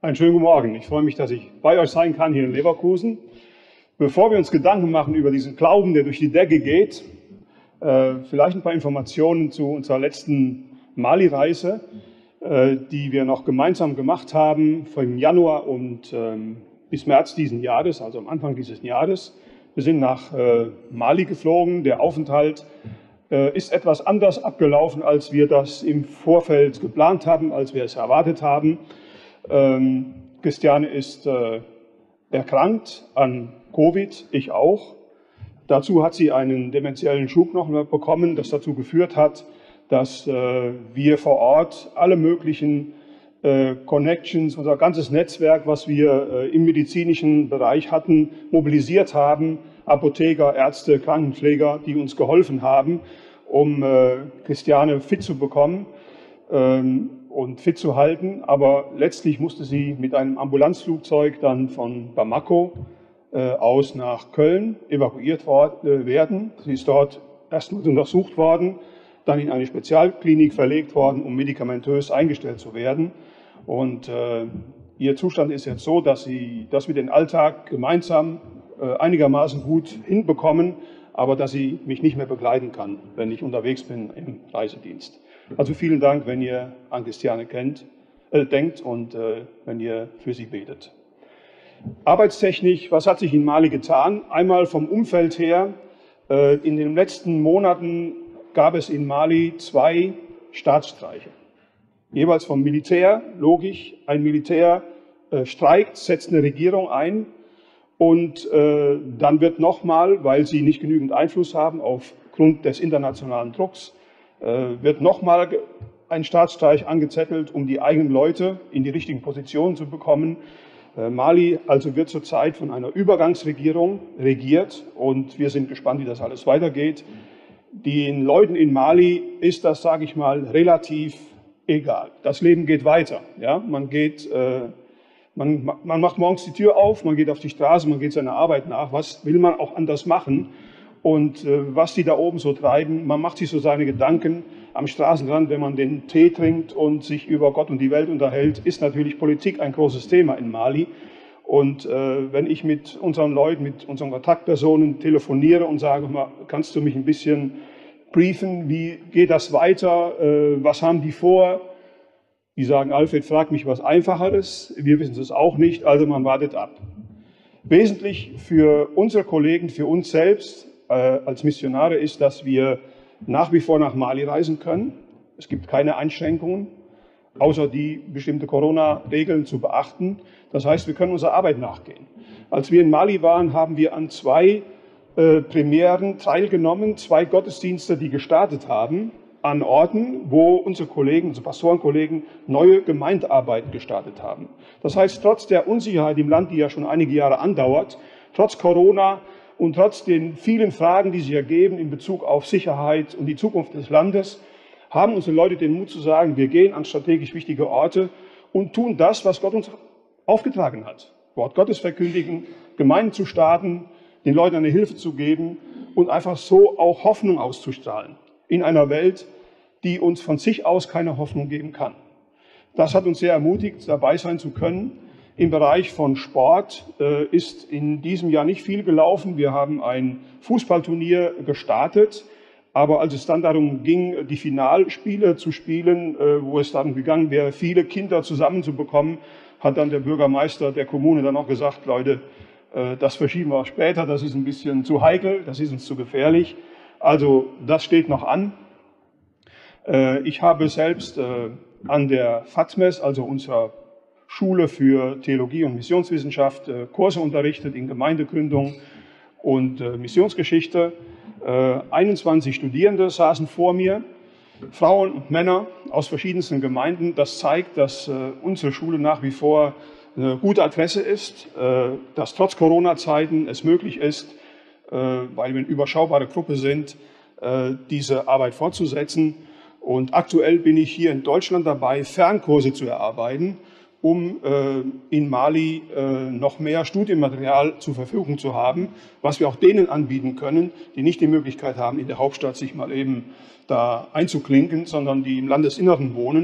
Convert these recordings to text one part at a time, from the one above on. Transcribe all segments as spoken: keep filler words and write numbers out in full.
Einen schönen guten Morgen. Ich freue mich, dass ich bei euch sein kann hier in Leverkusen. Bevor wir uns Gedanken machen über diesen Glauben, der durch die Decke geht, äh, vielleicht ein paar Informationen zu unserer letzten Mali-Reise, äh, die wir noch gemeinsam gemacht haben, vom Januar und ähm, bis März diesen Jahres, also am Anfang dieses Jahres. Wir sind nach äh, Mali geflogen. Der Aufenthalt äh, ist etwas anders abgelaufen, als wir das im Vorfeld geplant haben, als wir es erwartet haben. Ähm, Christiane ist äh, erkrankt an Covid, ich auch. Dazu hat sie einen dementiellen Schub noch bekommen, das dazu geführt hat, dass äh, wir vor Ort alle möglichen äh, Connections, unser ganzes Netzwerk, was wir äh, im medizinischen Bereich hatten, mobilisiert haben. Apotheker, Ärzte, Krankenpfleger, die uns geholfen haben, um äh, Christiane fit zu bekommen ähm, und fit zu halten. Aber letztlich musste sie mit einem Ambulanzflugzeug dann von Bamako äh, aus nach Köln evakuiert worden, äh, werden. Sie ist dort erstmal untersucht worden, dann in eine Spezialklinik verlegt worden, um medikamentös eingestellt zu werden. Und äh, ihr Zustand ist jetzt so, dass, sie, dass wir den Alltag gemeinsam äh, einigermaßen gut hinbekommen, aber dass sie mich nicht mehr begleiten kann, wenn ich unterwegs bin im Reisedienst. Also vielen Dank, wenn ihr an Christiane kennt, äh, denkt und äh, wenn ihr für sie betet. Arbeitstechnisch, was hat sich in Mali getan? Einmal vom Umfeld her. Äh, in den letzten Monaten gab es in Mali zwei Staatsstreiche. Jeweils vom Militär, logisch, ein Militär äh, streikt, setzt eine Regierung ein und äh, dann wird nochmal, weil sie nicht genügend Einfluss haben aufgrund des internationalen Drucks, äh, wird nochmal ein Staatsstreich angezettelt, um die eigenen Leute in die richtigen Positionen zu bekommen. Äh, Mali also wird zurzeit von einer Übergangsregierung regiert und wir sind gespannt, wie das alles weitergeht. Den Leuten in Mali ist das, sage ich mal, relativ egal. Das Leben geht weiter. Ja? Man, geht, äh, man, man macht morgens die Tür auf, man geht auf die Straße, man geht seiner Arbeit nach. Was will man auch anders machen? Und äh, was die da oben so treiben, man macht sich so seine Gedanken am Straßenrand, wenn man den Tee trinkt und sich über Gott und die Welt unterhält, ist natürlich Politik ein großes Thema in Mali. Und äh, wenn ich mit unseren Leuten, mit unseren Kontaktpersonen telefoniere und sage, mal, kannst du mich ein bisschen briefen, wie geht das weiter, äh, was haben die vor? Die sagen, Alfred, frag mich was Einfacheres, wir wissen es auch nicht, also man wartet ab. Wesentlich für unsere Kollegen, für uns selbst äh, als Missionare ist, dass wir nach wie vor nach Mali reisen können. Es gibt keine Einschränkungen, außer die bestimmte Corona-Regeln zu beachten. Das heißt, wir können unserer Arbeit nachgehen. Als wir in Mali waren, haben wir an zwei äh, Premieren teilgenommen, zwei Gottesdienste, die gestartet haben, an Orten, wo unsere Kollegen, unsere Pastorenkollegen neue Gemeindearbeiten gestartet haben. Das heißt, trotz der Unsicherheit im Land, die ja schon einige Jahre andauert, trotz Corona und trotz den vielen Fragen, die sich ergeben in Bezug auf Sicherheit und die Zukunft des Landes, haben unsere Leute den Mut zu sagen, wir gehen an strategisch wichtige Orte und tun das, was Gott uns aufgetragen hat. Wort Gottes verkündigen, Gemeinden zu starten, den Leuten eine Hilfe zu geben und einfach so auch Hoffnung auszustrahlen in einer Welt, die uns von sich aus keine Hoffnung geben kann. Das hat uns sehr ermutigt, dabei sein zu können. Im Bereich von Sport äh, ist in diesem Jahr nicht viel gelaufen. Wir haben ein Fußballturnier gestartet. Aber als es dann darum ging, die Finalspiele zu spielen, äh, wo es darum gegangen wäre, viele Kinder zusammenzubekommen, hat dann der Bürgermeister der Kommune dann auch gesagt, Leute, äh, das verschieben wir auch später, das ist ein bisschen zu heikel, das ist uns zu gefährlich. Also das steht noch an. Äh, ich habe selbst äh, an der FATMES, also unserer Schule für Theologie und Missionswissenschaft, äh, Kurse unterrichtet in Gemeindegründung und äh, Missionsgeschichte. einundzwanzig Studierende saßen vor mir, Frauen und Männer aus verschiedensten Gemeinden. Das zeigt, dass unsere Schule nach wie vor eine gute Adresse ist, dass trotz Corona-Zeiten es möglich ist, weil wir eine überschaubare Gruppe sind, diese Arbeit fortzusetzen. Und aktuell bin ich hier in Deutschland dabei, Fernkurse zu erarbeiten, um äh, in Mali äh, noch mehr Studienmaterial zur Verfügung zu haben, was wir auch denen anbieten können, die nicht die Möglichkeit haben, in der Hauptstadt sich mal eben da einzuklinken, sondern die im Landesinneren wohnen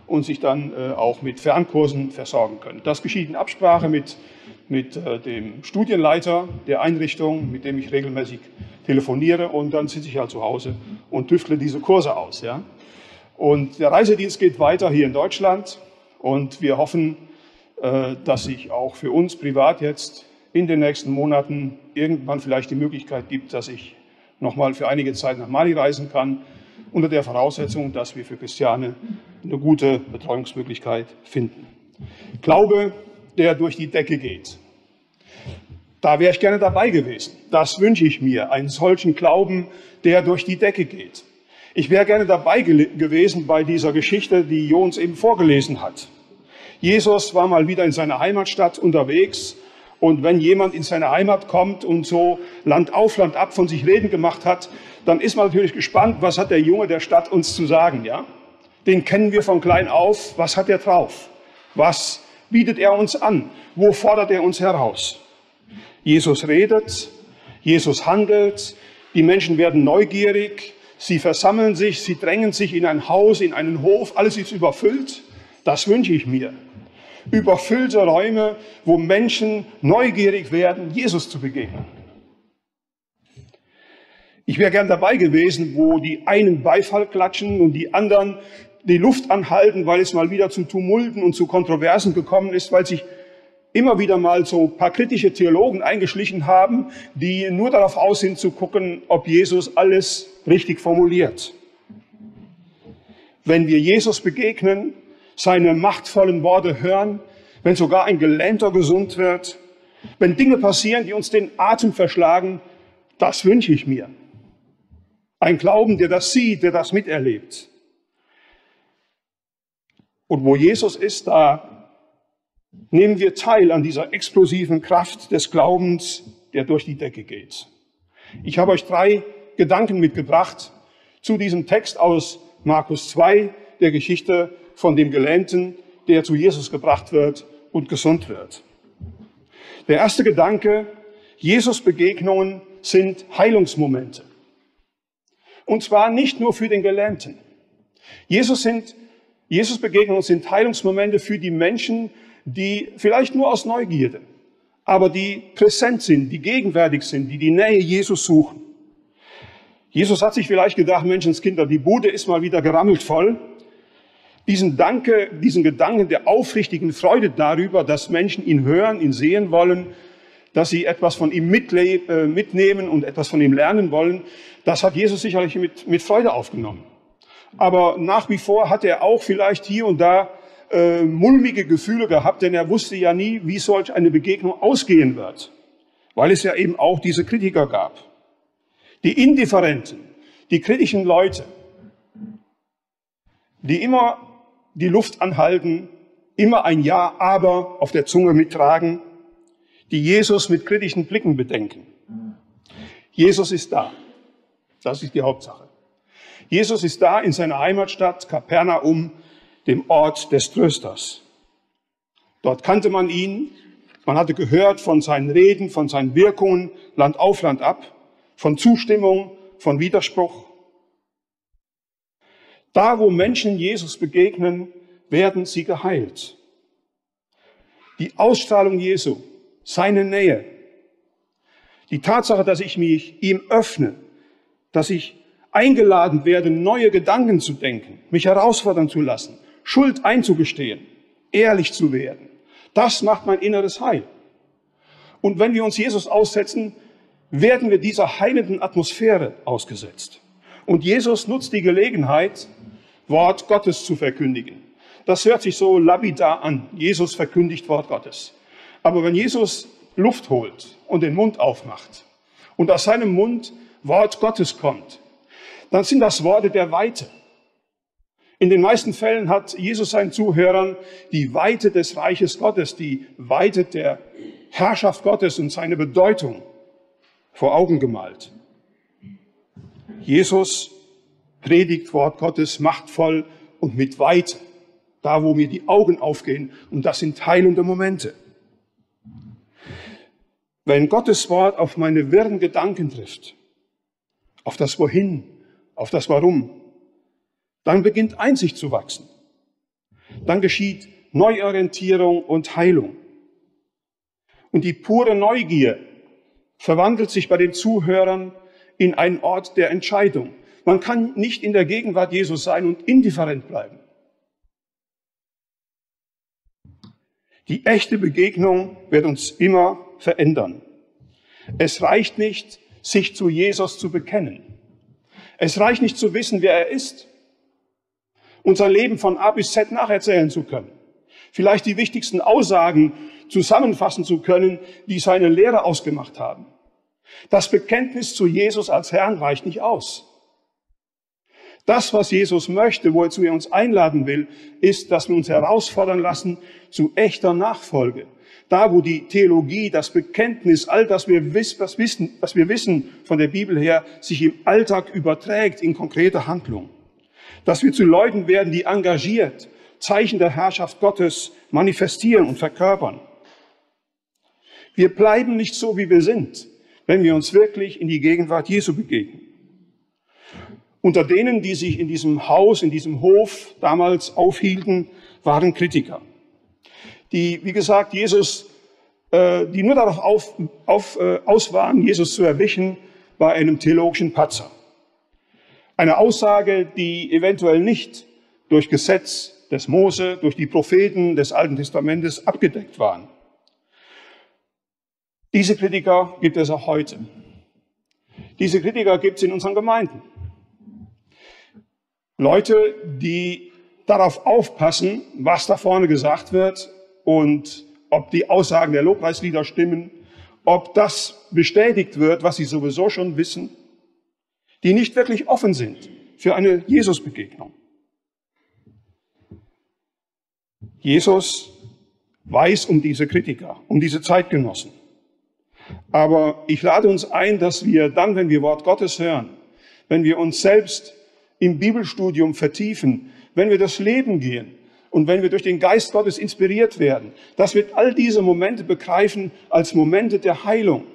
und sich dann äh, auch mit Fernkursen versorgen können. Das geschieht in Absprache mit, mit äh, dem Studienleiter der Einrichtung, mit dem ich regelmäßig telefoniere, und dann sitze ich halt zu Hause und tüftle diese Kurse aus. Ja? Und der Reisedienst geht weiter hier in Deutschland, und wir hoffen, äh, dass sich auch für uns privat jetzt in den nächsten Monaten irgendwann vielleicht die Möglichkeit gibt, dass ich nochmal für einige Zeit nach Mali reisen kann, unter der Voraussetzung, dass wir für Christiane eine gute Betreuungsmöglichkeit finden. Glaube, der durch die Decke geht. Da wäre ich gerne dabei gewesen. Das wünsche ich mir, einen solchen Glauben, der durch die Decke geht. Ich wäre gerne dabei ge- gewesen bei dieser Geschichte, die Jo uns eben vorgelesen hat. Jesus war mal wieder in seiner Heimatstadt unterwegs, und wenn jemand in seine Heimat kommt und so Land auf, Land ab von sich reden gemacht hat, dann ist man natürlich gespannt, was hat der Junge der Stadt uns zu sagen, ja? Den kennen wir von klein auf. Was hat er drauf? Was bietet er uns an? Wo fordert er uns heraus? Jesus redet, Jesus handelt, die Menschen werden neugierig, sie versammeln sich, sie drängen sich in ein Haus, in einen Hof, alles ist überfüllt. Das wünsche ich mir. Überfüllte Räume, wo Menschen neugierig werden, Jesus zu begegnen. Ich wäre gern dabei gewesen, wo die einen Beifall klatschen und die anderen die Luft anhalten, weil es mal wieder zu Tumulten und zu Kontroversen gekommen ist, weil sich immer wieder mal so ein paar kritische Theologen eingeschlichen haben, die nur darauf aus sind zu gucken, ob Jesus alles richtig formuliert. Wenn wir Jesus begegnen, seine machtvollen Worte hören, wenn sogar ein Gelähmter gesund wird, wenn Dinge passieren, die uns den Atem verschlagen, das wünsche ich mir. Ein Glauben, der das sieht, der das miterlebt. Und wo Jesus ist, da nehmen wir teil an dieser explosiven Kraft des Glaubens, der durch die Decke geht. Ich habe euch drei Gedanken mitgebracht zu diesem Text aus Markus zwei, der Geschichte von dem Gelähmten, der zu Jesus gebracht wird und gesund wird. Der erste Gedanke: Jesus-Begegnungen sind Heilungsmomente. Und zwar nicht nur für den Gelähmten. Jesus sind, Jesus-Begegnungen sind Heilungsmomente für die Menschen, die vielleicht nur aus Neugierde, aber die präsent sind, die gegenwärtig sind, die die Nähe Jesus suchen. Jesus hat sich vielleicht gedacht: Menschenskinder, die Bude ist mal wieder gerammelt voll. Diesen Danke, diesen Gedanken der aufrichtigen Freude darüber, dass Menschen ihn hören, ihn sehen wollen, dass sie etwas von ihm mitnehmen und etwas von ihm lernen wollen, das hat Jesus sicherlich mit, mit Freude aufgenommen. Aber nach wie vor hat er auch vielleicht hier und da äh, mulmige Gefühle gehabt, denn er wusste ja nie, wie solch eine Begegnung ausgehen wird, weil es ja eben auch diese Kritiker gab. Die Indifferenten, die kritischen Leute, die immer die Luft anhalten, immer ein Ja, aber auf der Zunge mittragen, die Jesus mit kritischen Blicken bedenken. Jesus ist da. Das ist die Hauptsache. Jesus ist da in seiner Heimatstadt Kapernaum, dem Ort des Trösters. Dort kannte man ihn, man hatte gehört von seinen Reden, von seinen Wirkungen, Land auf, Land ab, von Zustimmung, von Widerspruch. Da, wo Menschen Jesus begegnen, werden sie geheilt. Die Ausstrahlung Jesu, seine Nähe, die Tatsache, dass ich mich ihm öffne, dass ich eingeladen werde, neue Gedanken zu denken, mich herausfordern zu lassen, Schuld einzugestehen, ehrlich zu werden, das macht mein inneres Heil. Und wenn wir uns Jesus aussetzen, werden wir dieser heilenden Atmosphäre ausgesetzt. Und Jesus nutzt die Gelegenheit, Wort Gottes zu verkündigen. Das hört sich so lapidar an. Jesus verkündigt Wort Gottes. Aber wenn Jesus Luft holt und den Mund aufmacht und aus seinem Mund Wort Gottes kommt, dann sind das Worte der Weite. In den meisten Fällen hat Jesus seinen Zuhörern die Weite des Reiches Gottes, die Weite der Herrschaft Gottes und seine Bedeutung vor Augen gemalt. Jesus predigt Wort Gottes machtvoll und mit Weite, da wo mir die Augen aufgehen, und das sind heilende Momente. Wenn Gottes Wort auf meine wirren Gedanken trifft, auf das Wohin, auf das Warum, dann beginnt Einsicht zu wachsen. Dann geschieht Neuorientierung und Heilung. Und die pure Neugier verwandelt sich bei den Zuhörern in einen Ort der Entscheidung. Man kann nicht in der Gegenwart Jesus sein und indifferent bleiben. Die echte Begegnung wird uns immer verändern. Es reicht nicht, sich zu Jesus zu bekennen. Es reicht nicht zu wissen, wer er ist. Unser Leben von A bis Z nacherzählen zu können. Vielleicht die wichtigsten Aussagen zusammenfassen zu können, die seine Lehrer ausgemacht haben. Das Bekenntnis zu Jesus als Herrn reicht nicht aus. Das, was Jesus möchte, wozu er uns einladen will, ist, dass wir uns herausfordern lassen zu echter Nachfolge. Da, wo die Theologie, das Bekenntnis, all das, wir wissen, was, wissen, was wir wissen von der Bibel her, sich im Alltag überträgt in konkrete Handlung. Dass wir zu Leuten werden, die engagiert Zeichen der Herrschaft Gottes manifestieren und verkörpern. Wir bleiben nicht so, wie wir sind, wenn wir uns wirklich in die Gegenwart Jesu begegnen. Unter denen, die sich in diesem Haus, in diesem Hof damals aufhielten, waren Kritiker. Die, wie gesagt, Jesus, äh, die nur darauf auf, auf, äh, aus waren, Jesus zu erwischen, bei einem theologischen Patzer. Eine Aussage, die eventuell nicht durch Gesetz des Mose, durch die Propheten des Alten Testamentes abgedeckt waren. Diese Kritiker gibt es auch heute. Diese Kritiker gibt es in unseren Gemeinden. Leute, die darauf aufpassen, was da vorne gesagt wird und ob die Aussagen der Lobpreislieder stimmen, ob das bestätigt wird, was sie sowieso schon wissen, die nicht wirklich offen sind für eine Jesusbegegnung. Jesus weiß um diese Kritiker, um diese Zeitgenossen. Aber ich lade uns ein, dass wir dann, wenn wir Wort Gottes hören, wenn wir uns selbst im Bibelstudium vertiefen, wenn wir das Leben gehen und wenn wir durch den Geist Gottes inspiriert werden, dass wir all diese Momente begreifen als Momente der Heilung,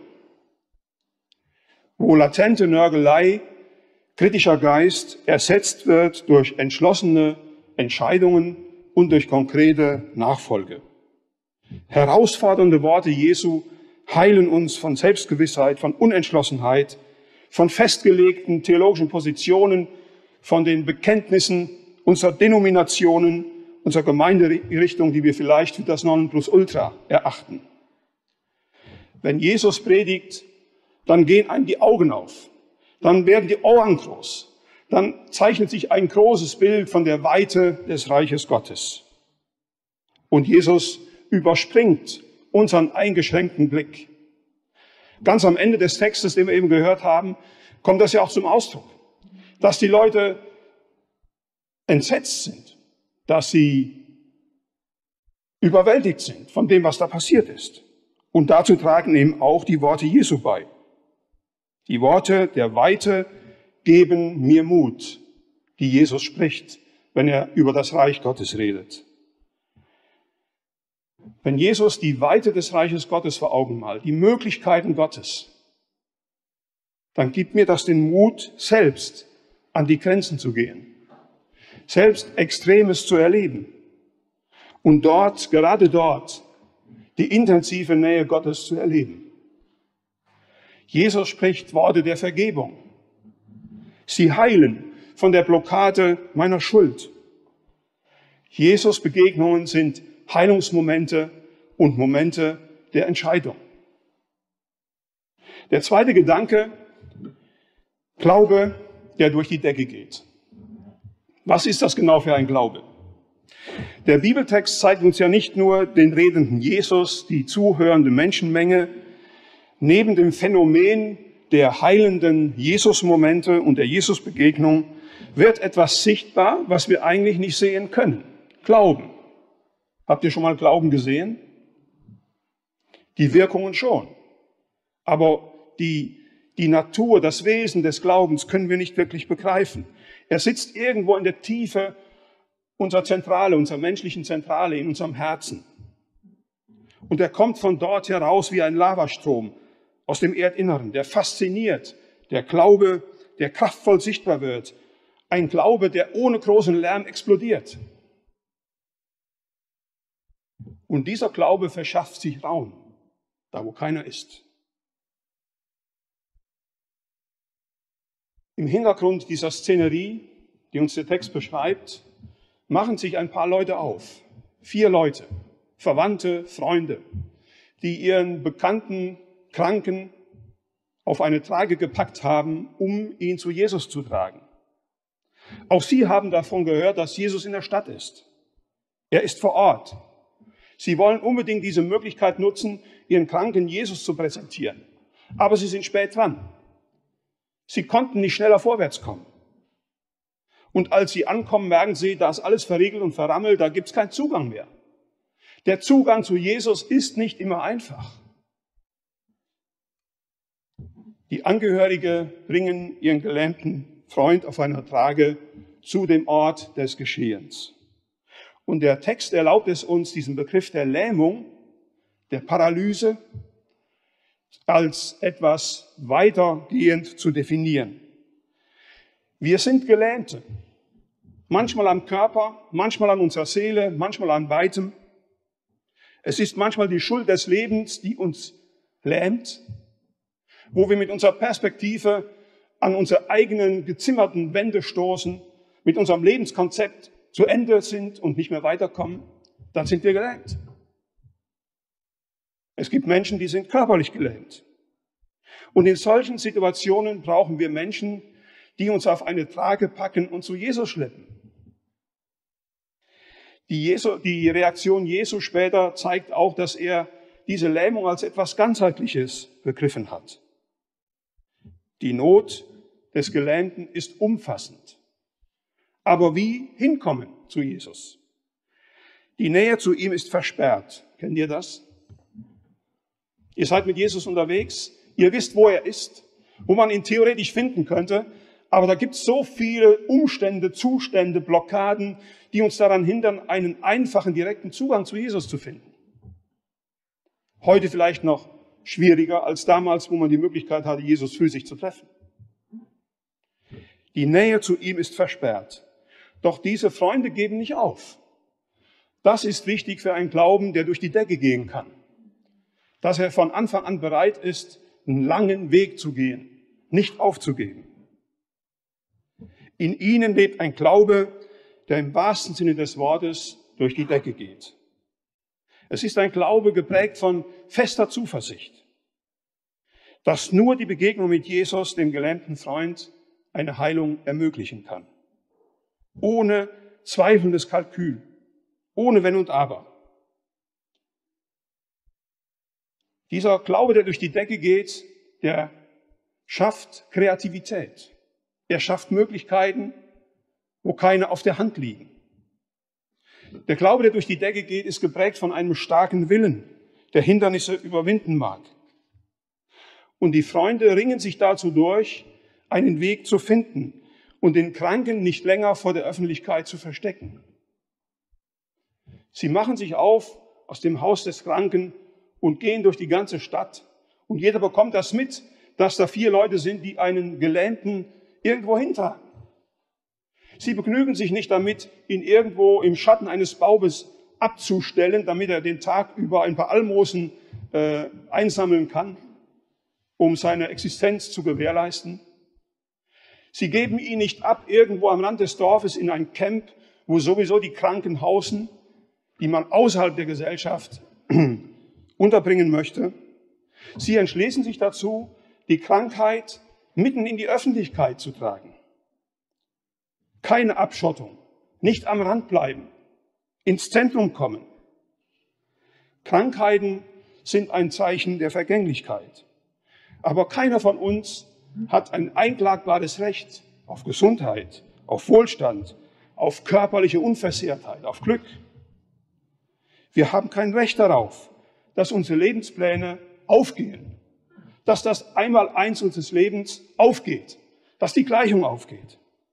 wo latente Nörgelei, kritischer Geist ersetzt wird durch entschlossene Entscheidungen und durch konkrete Nachfolge. Herausfordernde Worte Jesu heilen uns von Selbstgewissheit, von Unentschlossenheit, von festgelegten theologischen Positionen, von den Bekenntnissen unserer Denominationen, unserer Gemeinderichtung, die wir vielleicht für das Nonplusultra erachten. Wenn Jesus predigt, dann gehen einem die Augen auf, dann werden die Ohren groß, dann zeichnet sich ein großes Bild von der Weite des Reiches Gottes. Und Jesus überspringt unseren eingeschränkten Blick. Ganz am Ende des Textes, den wir eben gehört haben, kommt das ja auch zum Ausdruck, dass die Leute entsetzt sind, dass sie überwältigt sind von dem, was da passiert ist. Und dazu tragen eben auch die Worte Jesu bei. Die Worte der Weite geben mir Mut, die Jesus spricht, wenn er über das Reich Gottes redet. Wenn Jesus die Weite des Reiches Gottes vor Augen malt, die Möglichkeiten Gottes, dann gibt mir das den Mut, selbst an die Grenzen zu gehen, selbst Extremes zu erleben und dort, gerade dort, die intensive Nähe Gottes zu erleben. Jesus spricht Worte der Vergebung. Sie heilen von der Blockade meiner Schuld. Jesus' Begegnungen sind Heilungsmomente und Momente der Entscheidung. Der zweite Gedanke, Glaube, der durch die Decke geht. Was ist das genau für ein Glaube? Der Bibeltext zeigt uns ja nicht nur den redenden Jesus, die zuhörende Menschenmenge. Neben dem Phänomen der heilenden Jesus-Momente und der Jesus-Begegnung wird etwas sichtbar, was wir eigentlich nicht sehen können. Glauben. Habt ihr schon mal Glauben gesehen? Die Wirkungen schon. Aber die, die Natur, das Wesen des Glaubens können wir nicht wirklich begreifen. Er sitzt irgendwo in der Tiefe unserer Zentrale, unserer menschlichen Zentrale, in unserem Herzen. Und er kommt von dort heraus wie ein Lavastrom aus dem Erdinneren, der fasziniert, der Glaube, der kraftvoll sichtbar wird. Ein Glaube, der ohne großen Lärm explodiert. Und dieser Glaube verschafft sich Raum, da wo keiner ist. Im Hintergrund dieser Szenerie, die uns der Text beschreibt, machen sich ein paar Leute auf. Vier Leute, Verwandte, Freunde, die ihren bekannten Kranken auf eine Trage gepackt haben, um ihn zu Jesus zu tragen. Auch sie haben davon gehört, dass Jesus in der Stadt ist. Er ist vor Ort. Sie wollen unbedingt diese Möglichkeit nutzen, ihren Kranken Jesus zu präsentieren. Aber sie sind spät dran. Sie konnten nicht schneller vorwärts kommen. Und als sie ankommen, merken sie, da ist alles verriegelt und verrammelt, da gibt es keinen Zugang mehr. Der Zugang zu Jesus ist nicht immer einfach. Die Angehörige bringen ihren gelähmten Freund auf einer Trage zu dem Ort des Geschehens. Und der Text erlaubt es uns, diesen Begriff der Lähmung, der Paralyse, als etwas weitergehend zu definieren. Wir sind Gelähmte. Manchmal am Körper, manchmal an unserer Seele, manchmal an beidem. Es ist manchmal die Schuld des Lebens, die uns lähmt, wo wir mit unserer Perspektive an unsere eigenen gezimmerten Wände stoßen, mit unserem Lebenskonzept zu Ende sind und nicht mehr weiterkommen, dann sind wir gelähmt. Es gibt Menschen, die sind körperlich gelähmt. Und in solchen Situationen brauchen wir Menschen, die uns auf eine Trage packen und zu Jesus schleppen. Die, Jesu, die Reaktion Jesu später zeigt auch, dass er diese Lähmung als etwas Ganzheitliches begriffen hat. Die Not des Gelähmten ist umfassend. Aber wie hinkommen zu Jesus? Die Nähe zu ihm ist versperrt. Kennt ihr das? Ihr seid mit Jesus unterwegs, ihr wisst, wo er ist, wo man ihn theoretisch finden könnte, aber da gibt es so viele Umstände, Zustände, Blockaden, die uns daran hindern, einen einfachen, direkten Zugang zu Jesus zu finden. Heute vielleicht noch schwieriger als damals, wo man die Möglichkeit hatte, Jesus physisch zu treffen. Die Nähe zu ihm ist versperrt. Doch diese Freunde geben nicht auf. Das ist wichtig für einen Glauben, der durch die Decke gehen kann. Dass er von Anfang an bereit ist, einen langen Weg zu gehen, nicht aufzugeben. In ihnen lebt ein Glaube, der im wahrsten Sinne des Wortes durch die Decke geht. Es ist ein Glaube geprägt von fester Zuversicht, dass nur die Begegnung mit Jesus, dem gelähmten Freund, eine Heilung ermöglichen kann. Ohne zweifelndes Kalkül, ohne Wenn und Aber. Dieser Glaube, der durch die Decke geht, der schafft Kreativität. Er schafft Möglichkeiten, wo keine auf der Hand liegen. Der Glaube, der durch die Decke geht, ist geprägt von einem starken Willen, der Hindernisse überwinden mag. Und die Freunde ringen sich dazu durch, einen Weg zu finden und den Kranken nicht länger vor der Öffentlichkeit zu verstecken. Sie machen sich auf aus dem Haus des Kranken und gehen durch die ganze Stadt. Und jeder bekommt das mit, dass da vier Leute sind, die einen Gelähmten irgendwo hintragen. Sie begnügen sich nicht damit, ihn irgendwo im Schatten eines Baumes abzustellen, damit er den Tag über ein paar Almosen äh, einsammeln kann, um seine Existenz zu gewährleisten. Sie geben ihn nicht ab irgendwo am Rand des Dorfes in ein Camp, wo sowieso die Kranken hausen, die man außerhalb der Gesellschaft unterbringen möchte. Sie entschließen sich dazu, die Krankheit mitten in die Öffentlichkeit zu tragen. Keine Abschottung, nicht am Rand bleiben, ins Zentrum kommen. Krankheiten sind ein Zeichen der Vergänglichkeit. Aber keiner von uns hat ein einklagbares Recht auf Gesundheit, auf Wohlstand, auf körperliche Unversehrtheit, auf Glück. Wir haben kein Recht darauf, dass unsere Lebenspläne aufgehen, dass das Einmaleins unseres Lebens aufgeht, dass die Gleichung aufgeht.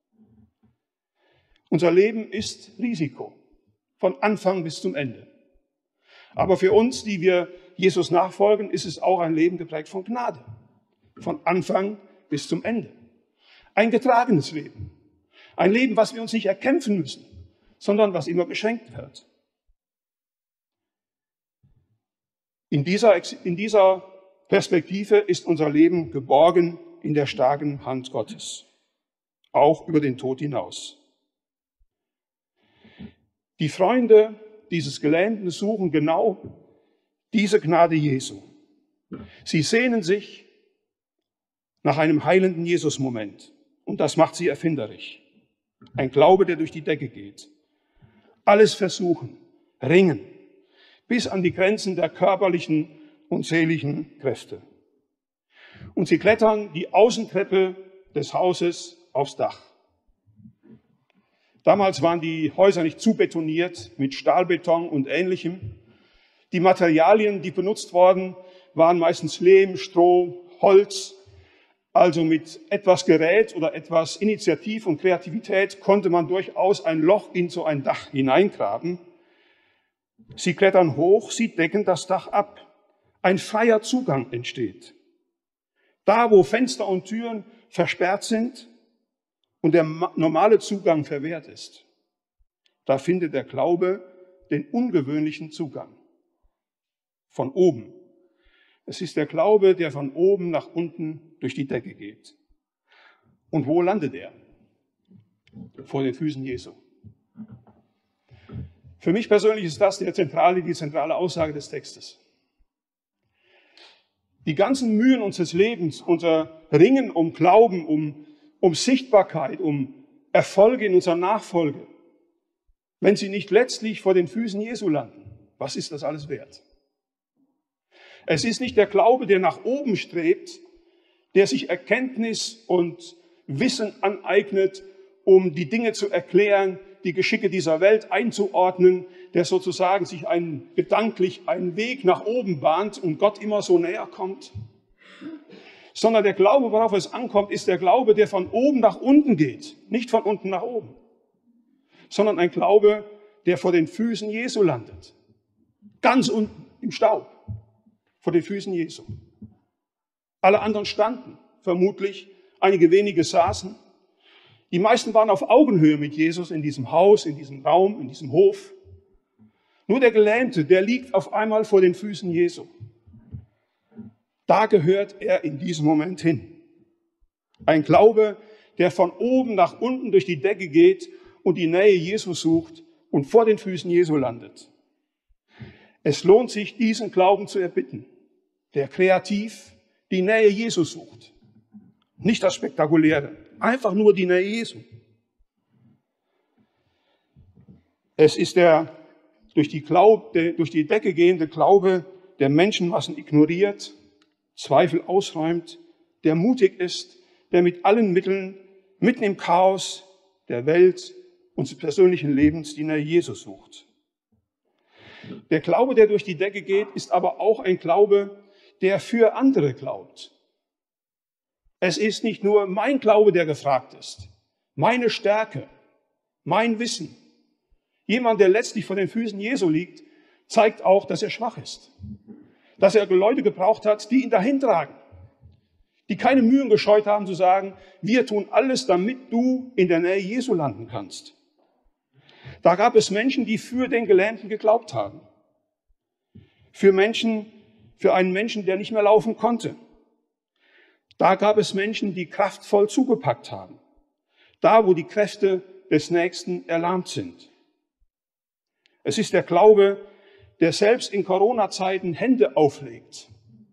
Unser Leben ist Risiko, von Anfang bis zum Ende. Aber für uns, die wir Jesus nachfolgen, ist es auch ein Leben geprägt von Gnade, von Anfang bis zum Ende. Ein getragenes Leben, ein Leben, was wir uns nicht erkämpfen müssen, sondern was immer geschenkt wird. In dieser, in dieser Perspektive ist unser Leben geborgen in der starken Hand Gottes, auch über den Tod hinaus. Die Freunde dieses Gelähmten suchen genau diese Gnade Jesu. Sie sehnen sich nach einem heilenden Jesus-Moment. Und das macht sie erfinderisch. Ein Glaube, der durch die Decke geht. Alles versuchen, ringen, bis an die Grenzen der körperlichen und seelischen Kräfte. Und sie klettern die Außentreppe des Hauses aufs Dach. Damals waren die Häuser nicht zubetoniert mit Stahlbeton und Ähnlichem. Die Materialien, die benutzt wurden, waren meistens Lehm, Stroh, Holz. Also mit etwas Gerät oder etwas Initiativ und Kreativität konnte man durchaus ein Loch in so ein Dach hineingraben. Sie klettern hoch, sie decken das Dach ab. Ein freier Zugang entsteht. Da, wo Fenster und Türen versperrt sind und der normale Zugang verwehrt ist, da findet der Glaube den ungewöhnlichen Zugang. Von oben. Es ist der Glaube, der von oben nach unten durch die Decke geht. Und wo landet er? Vor den Füßen Jesu. Für mich persönlich ist das der zentrale, die zentrale Aussage des Textes. Die ganzen Mühen unseres Lebens, unser Ringen um Glauben, um, um Sichtbarkeit, um Erfolge in unserer Nachfolge, wenn sie nicht letztlich vor den Füßen Jesu landen, was ist das alles wert? Es ist nicht der Glaube, der nach oben strebt, der sich Erkenntnis und Wissen aneignet, um die Dinge zu erklären, die Geschicke dieser Welt einzuordnen, der sozusagen sich einen, gedanklich einen Weg nach oben bahnt und Gott immer so näher kommt. Sondern der Glaube, worauf es ankommt, ist der Glaube, der von oben nach unten geht, nicht von unten nach oben, sondern ein Glaube, der vor den Füßen Jesu landet, ganz unten im Staub. Vor den Füßen Jesu. Alle anderen standen, vermutlich, einige wenige saßen. Die meisten waren auf Augenhöhe mit Jesus in diesem Haus, in diesem Raum, in diesem Hof. Nur der Gelähmte, der liegt auf einmal vor den Füßen Jesu. Da gehört er in diesem Moment hin. Ein Glaube, der von oben nach unten durch die Decke geht und die Nähe Jesu sucht und vor den Füßen Jesu landet. Es lohnt sich, diesen Glauben zu erbitten, der kreativ die Nähe Jesu sucht. Nicht das Spektakuläre, einfach nur die Nähe Jesu. Es ist der durch die, Glaub, der durch die Decke gehende Glaube, der Menschenmassen ignoriert, Zweifel ausräumt, der mutig ist, der mit allen Mitteln mitten im Chaos der Welt und des persönlichen Lebens die Nähe Jesu sucht. Der Glaube, der durch die Decke geht, ist aber auch ein Glaube, der für andere glaubt. Es ist nicht nur mein Glaube, der gefragt ist, meine Stärke, mein Wissen. Jemand, der letztlich vor den Füßen Jesu liegt, zeigt auch, dass er schwach ist. Dass er Leute gebraucht hat, die ihn dahin tragen. Die keine Mühen gescheut haben zu sagen, wir tun alles, damit du in der Nähe Jesu landen kannst. Da gab es Menschen, die für den Gelähmten geglaubt haben. Für Menschen, für einen Menschen, der nicht mehr laufen konnte. Da gab es Menschen, die kraftvoll zugepackt haben. Da, wo die Kräfte des Nächsten erlahmt sind. Es ist der Glaube, der selbst in Corona-Zeiten Hände auflegt.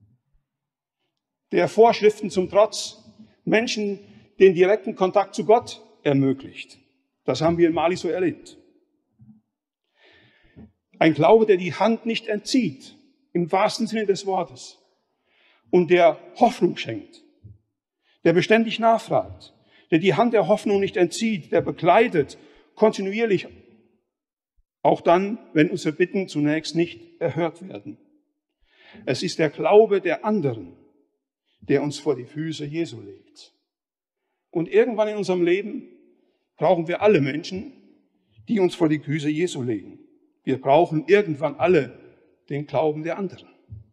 Der Vorschriften zum Trotz Menschen den direkten Kontakt zu Gott ermöglicht. Das haben wir in Mali so erlebt. Ein Glaube, der die Hand nicht entzieht, im wahrsten Sinne des Wortes, und der Hoffnung schenkt, der beständig nachfragt, der die Hand der Hoffnung nicht entzieht, der begleitet, kontinuierlich, auch dann, wenn unsere Bitten zunächst nicht erhört werden. Es ist der Glaube der anderen, der uns vor die Füße Jesu legt. Und irgendwann in unserem Leben brauchen wir alle Menschen, die uns vor die Füße Jesu legen. Wir brauchen irgendwann alle den Glauben der anderen.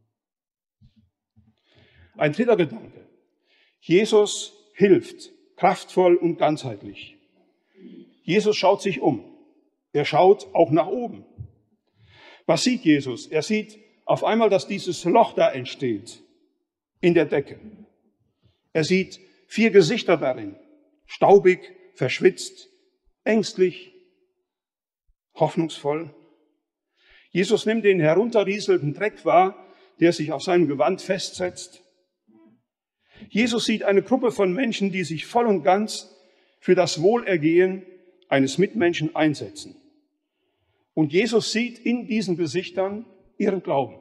Ein dritter Gedanke. Jesus hilft kraftvoll und ganzheitlich. Jesus schaut sich um. Er schaut auch nach oben. Was sieht Jesus? Er sieht auf einmal, dass dieses Loch da entsteht in der Decke. Er sieht vier Gesichter darin, staubig, verschwitzt, ängstlich, hoffnungsvoll. Jesus nimmt den herunterrieselnden Dreck wahr, der sich auf seinem Gewand festsetzt. Jesus sieht eine Gruppe von Menschen, die sich voll und ganz für das Wohlergehen eines Mitmenschen einsetzen. Und Jesus sieht in diesen Gesichtern ihren Glauben.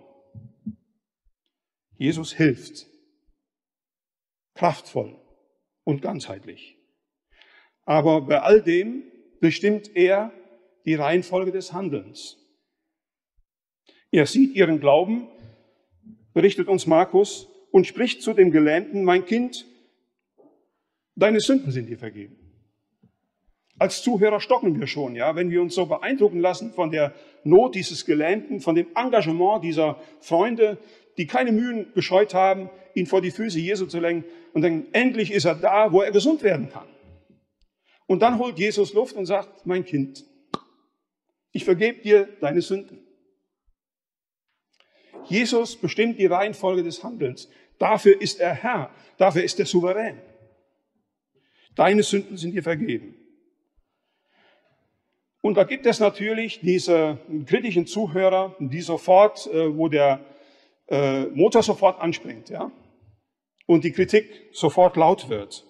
Jesus hilft. Kraftvoll und ganzheitlich. Aber bei all dem bestimmt er die Reihenfolge des Handelns. Er sieht ihren Glauben, berichtet uns Markus, und spricht zu dem Gelähmten: Mein Kind, deine Sünden sind dir vergeben. Als Zuhörer stocken wir schon, ja, wenn wir uns so beeindrucken lassen von der Not dieses Gelähmten, von dem Engagement dieser Freunde, die keine Mühen gescheut haben, ihn vor die Füße Jesu zu lenken und denken, endlich ist er da, wo er gesund werden kann. Und dann holt Jesus Luft und sagt: Mein Kind, ich vergebe dir deine Sünden. Jesus bestimmt die Reihenfolge des Handelns. Dafür ist er Herr, dafür ist er souverän. Deine Sünden sind dir vergeben. Und da gibt es natürlich diese kritischen Zuhörer, die sofort, wo der Motor sofort anspringt, ja, und die Kritik sofort laut wird.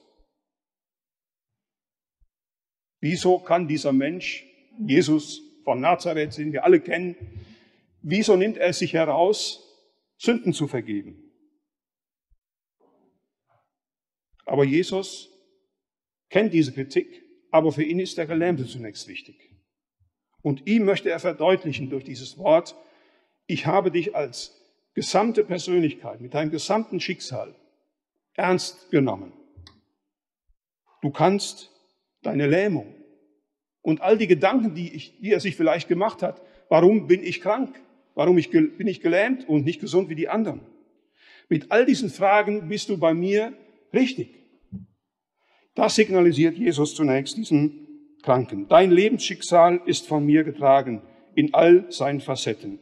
Wieso kann dieser Mensch, Jesus von Nazareth, den wir alle kennen, wieso nimmt er sich heraus, Sünden zu vergeben? Aber Jesus kennt diese Kritik, aber für ihn ist der Gelähmte zunächst wichtig. Und ihm möchte er verdeutlichen durch dieses Wort: Ich habe dich als gesamte Persönlichkeit, mit deinem gesamten Schicksal ernst genommen. Du kannst deine Lähmung und all die Gedanken, die, ich, die er sich vielleicht gemacht hat, warum bin ich krank, warum ich, bin ich gelähmt und nicht gesund wie die anderen, mit all diesen Fragen bist du bei mir richtig. Das signalisiert Jesus zunächst diesen Kranken. Dein Lebensschicksal ist von mir getragen in all seinen Facetten.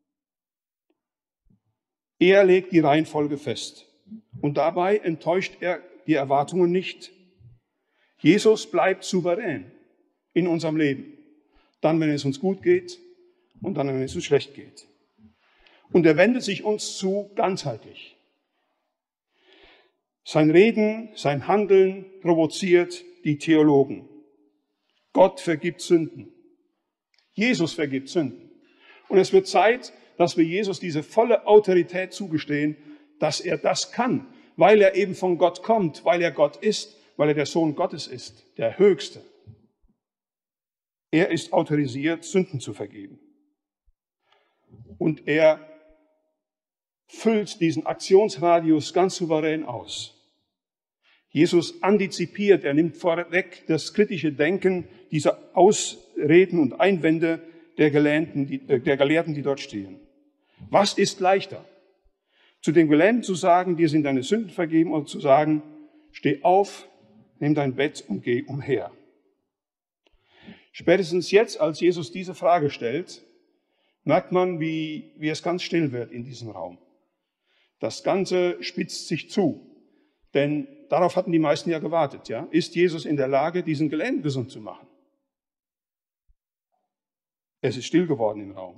Er legt die Reihenfolge fest und dabei enttäuscht er die Erwartungen nicht. Jesus bleibt souverän in unserem Leben, dann, wenn es uns gut geht und dann, wenn es uns schlecht geht. Und er wendet sich uns zu ganzheitlich. Sein Reden, sein Handeln provoziert die Theologen. Gott vergibt Sünden. Jesus vergibt Sünden. Und es wird Zeit, dass wir Jesus diese volle Autorität zugestehen, dass er das kann, weil er eben von Gott kommt, weil er Gott ist, weil er der Sohn Gottes ist, der Höchste. Er ist autorisiert, Sünden zu vergeben. Und er füllt diesen Aktionsradius ganz souverän aus. Jesus antizipiert, er nimmt vorweg das kritische Denken dieser Ausreden und Einwände der Gelähmten, die, der Gelehrten, die dort stehen. Was ist leichter? Zu dem Gelähmten zu sagen, dir sind deine Sünden vergeben, oder zu sagen, steh auf, nimm dein Bett und geh umher. Spätestens jetzt, als Jesus diese Frage stellt, merkt man, wie, wie es ganz still wird in diesem Raum. Das Ganze spitzt sich zu, denn darauf hatten die meisten ja gewartet. Ja? Ist Jesus in der Lage, diesen Gelähmten gesund zu machen? Es ist still geworden im Raum.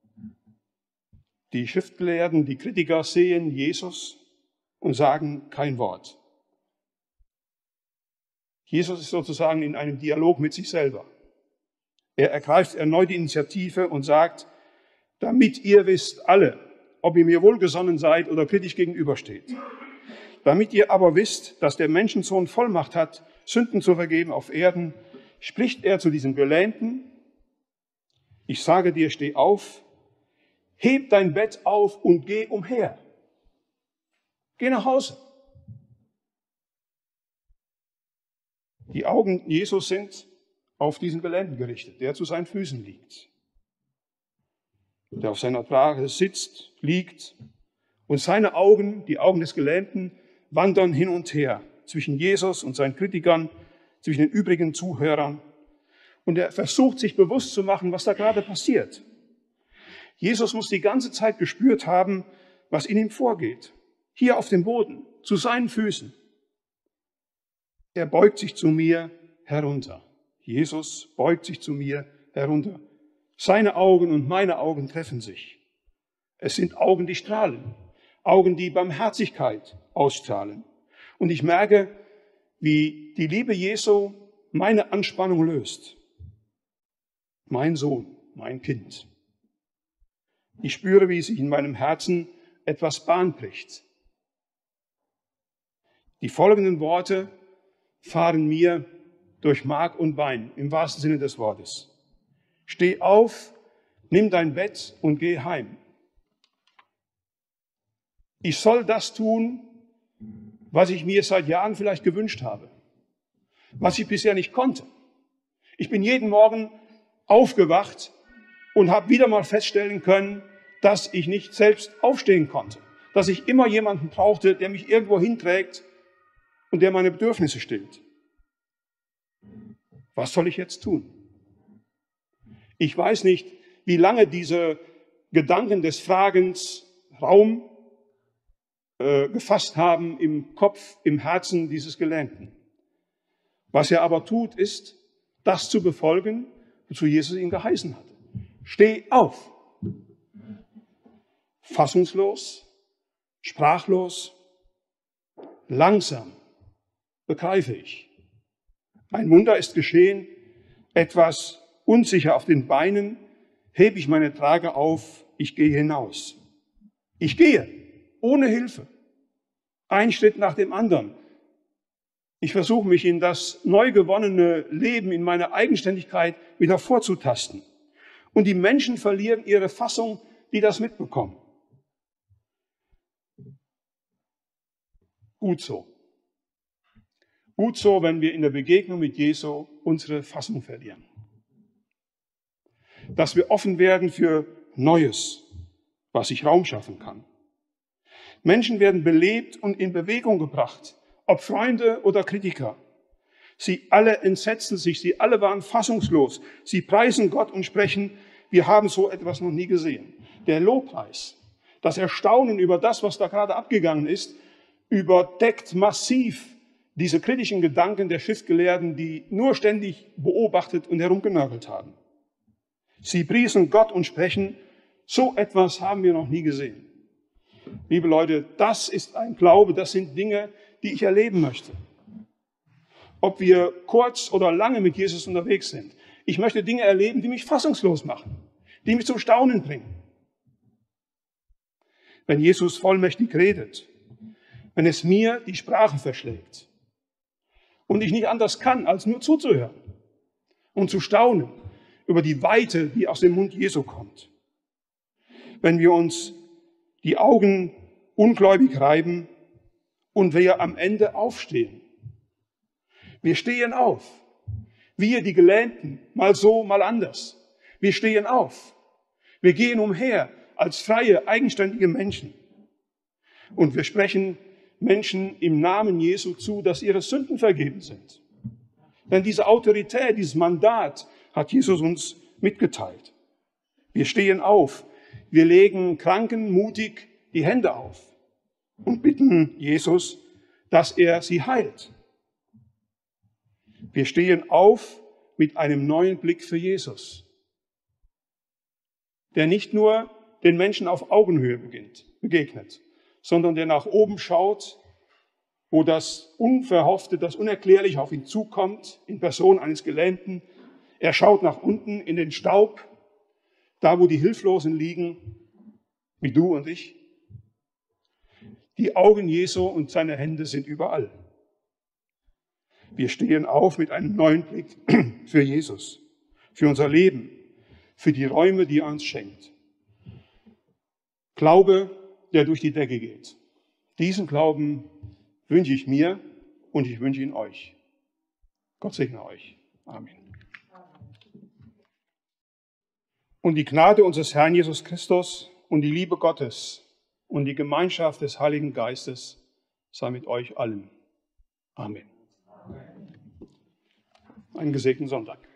Die Schriftgelehrten, die Kritiker sehen Jesus und sagen kein Wort. Jesus ist sozusagen in einem Dialog mit sich selber. Er ergreift erneut die Initiative und sagt, damit ihr wisst alle, ob ihr mir wohlgesonnen seid oder kritisch gegenübersteht. Damit ihr aber wisst, dass der Menschensohn Vollmacht hat, Sünden zu vergeben auf Erden, spricht er zu diesem Gelähmten: Ich sage dir, steh auf, heb dein Bett auf und geh umher. Geh nach Hause. Die Augen Jesus sind auf diesen Gelähmten gerichtet, der zu seinen Füßen liegt, der auf seiner Trage sitzt, liegt, und seine Augen, die Augen des Gelähmten, wandern hin und her zwischen Jesus und seinen Kritikern, zwischen den übrigen Zuhörern. Und er versucht, sich bewusst zu machen, was da gerade passiert. Jesus muss die ganze Zeit gespürt haben, was in ihm vorgeht. Hier auf dem Boden, zu seinen Füßen. Er beugt sich zu mir herunter. Jesus beugt sich zu mir herunter. Seine Augen und meine Augen treffen sich. Es sind Augen, die strahlen. Augen, die Barmherzigkeit ausstrahlen. Und ich merke, wie die Liebe Jesu meine Anspannung löst. Mein Sohn, mein Kind. Ich spüre, wie sich in meinem Herzen etwas Bahn bricht. Die folgenden Worte fahren mir durch Mark und Bein, im wahrsten Sinne des Wortes. Steh auf, nimm dein Bett und geh heim. Ich soll das tun, was ich mir seit Jahren vielleicht gewünscht habe, was ich bisher nicht konnte. Ich bin jeden Morgen aufgewacht und habe wieder mal feststellen können, dass ich nicht selbst aufstehen konnte, dass ich immer jemanden brauchte, der mich irgendwo hinträgt und der meine Bedürfnisse stillt. Was soll ich jetzt tun? Ich weiß nicht, wie lange diese Gedanken des Fragens Raum äh, gefasst haben im Kopf, im Herzen dieses Gelähmten. Was er aber tut, ist, das zu befolgen, wozu Jesus ihn geheißen hat. Steh auf! Fassungslos, sprachlos, langsam begreife ich. Ein Wunder ist geschehen, etwas unsicher auf den Beinen, hebe ich meine Trage auf, ich gehe hinaus. Ich gehe, ohne Hilfe, ein Schritt nach dem anderen. Ich versuche mich in das neu gewonnene Leben, in meine Eigenständigkeit wieder vorzutasten. Und die Menschen verlieren ihre Fassung, die das mitbekommen. Gut so. Gut so, wenn wir in der Begegnung mit Jesu unsere Fassung verlieren. Dass wir offen werden für Neues, was sich Raum schaffen kann. Menschen werden belebt und in Bewegung gebracht, ob Freunde oder Kritiker. Sie alle entsetzen sich, sie alle waren fassungslos. Sie preisen Gott und sprechen, wir haben so etwas noch nie gesehen. Der Lobpreis, das Erstaunen über das, was da gerade abgegangen ist, überdeckt massiv diese kritischen Gedanken der Schriftgelehrten, die nur ständig beobachtet und herumgenörgelt haben. Sie priesen Gott und sprechen, so etwas haben wir noch nie gesehen. Liebe Leute, das ist ein Glaube, das sind Dinge, die ich erleben möchte. Ob wir kurz oder lange mit Jesus unterwegs sind. Ich möchte Dinge erleben, die mich fassungslos machen, die mich zum Staunen bringen. Wenn Jesus vollmächtig redet, wenn es mir die Sprache verschlägt und ich nicht anders kann, als nur zuzuhören und zu staunen über die Weite, die aus dem Mund Jesu kommt. Wenn wir uns die Augen ungläubig reiben und wir am Ende aufstehen. Wir stehen auf. Wir, die Gelähmten, mal so, mal anders. Wir stehen auf. Wir gehen umher als freie, eigenständige Menschen. Und wir sprechen Menschen im Namen Jesu zu, dass ihre Sünden vergeben sind. Denn diese Autorität, dieses Mandat hat Jesus uns mitgeteilt. Wir stehen auf. Wir legen Kranken mutig die Hände auf und bitten Jesus, dass er sie heilt. Wir stehen auf mit einem neuen Blick für Jesus, der nicht nur den Menschen auf Augenhöhe beginnt, begegnet, sondern der nach oben schaut, wo das Unverhoffte, das Unerklärliche auf ihn zukommt, in Person eines Gelähmten. Er schaut nach unten in den Staub, da wo die Hilflosen liegen, wie du und ich. Die Augen Jesu und seine Hände sind überall. Wir stehen auf mit einem neuen Blick für Jesus, für unser Leben, für die Räume, die er uns schenkt. Glaube, der durch die Decke geht. Diesen Glauben wünsche ich mir und ich wünsche ihn euch. Gott segne euch. Amen. Und die Gnade unseres Herrn Jesus Christus und die Liebe Gottes und die Gemeinschaft des Heiligen Geistes sei mit euch allen. Amen. Einen gesegneten Sonntag.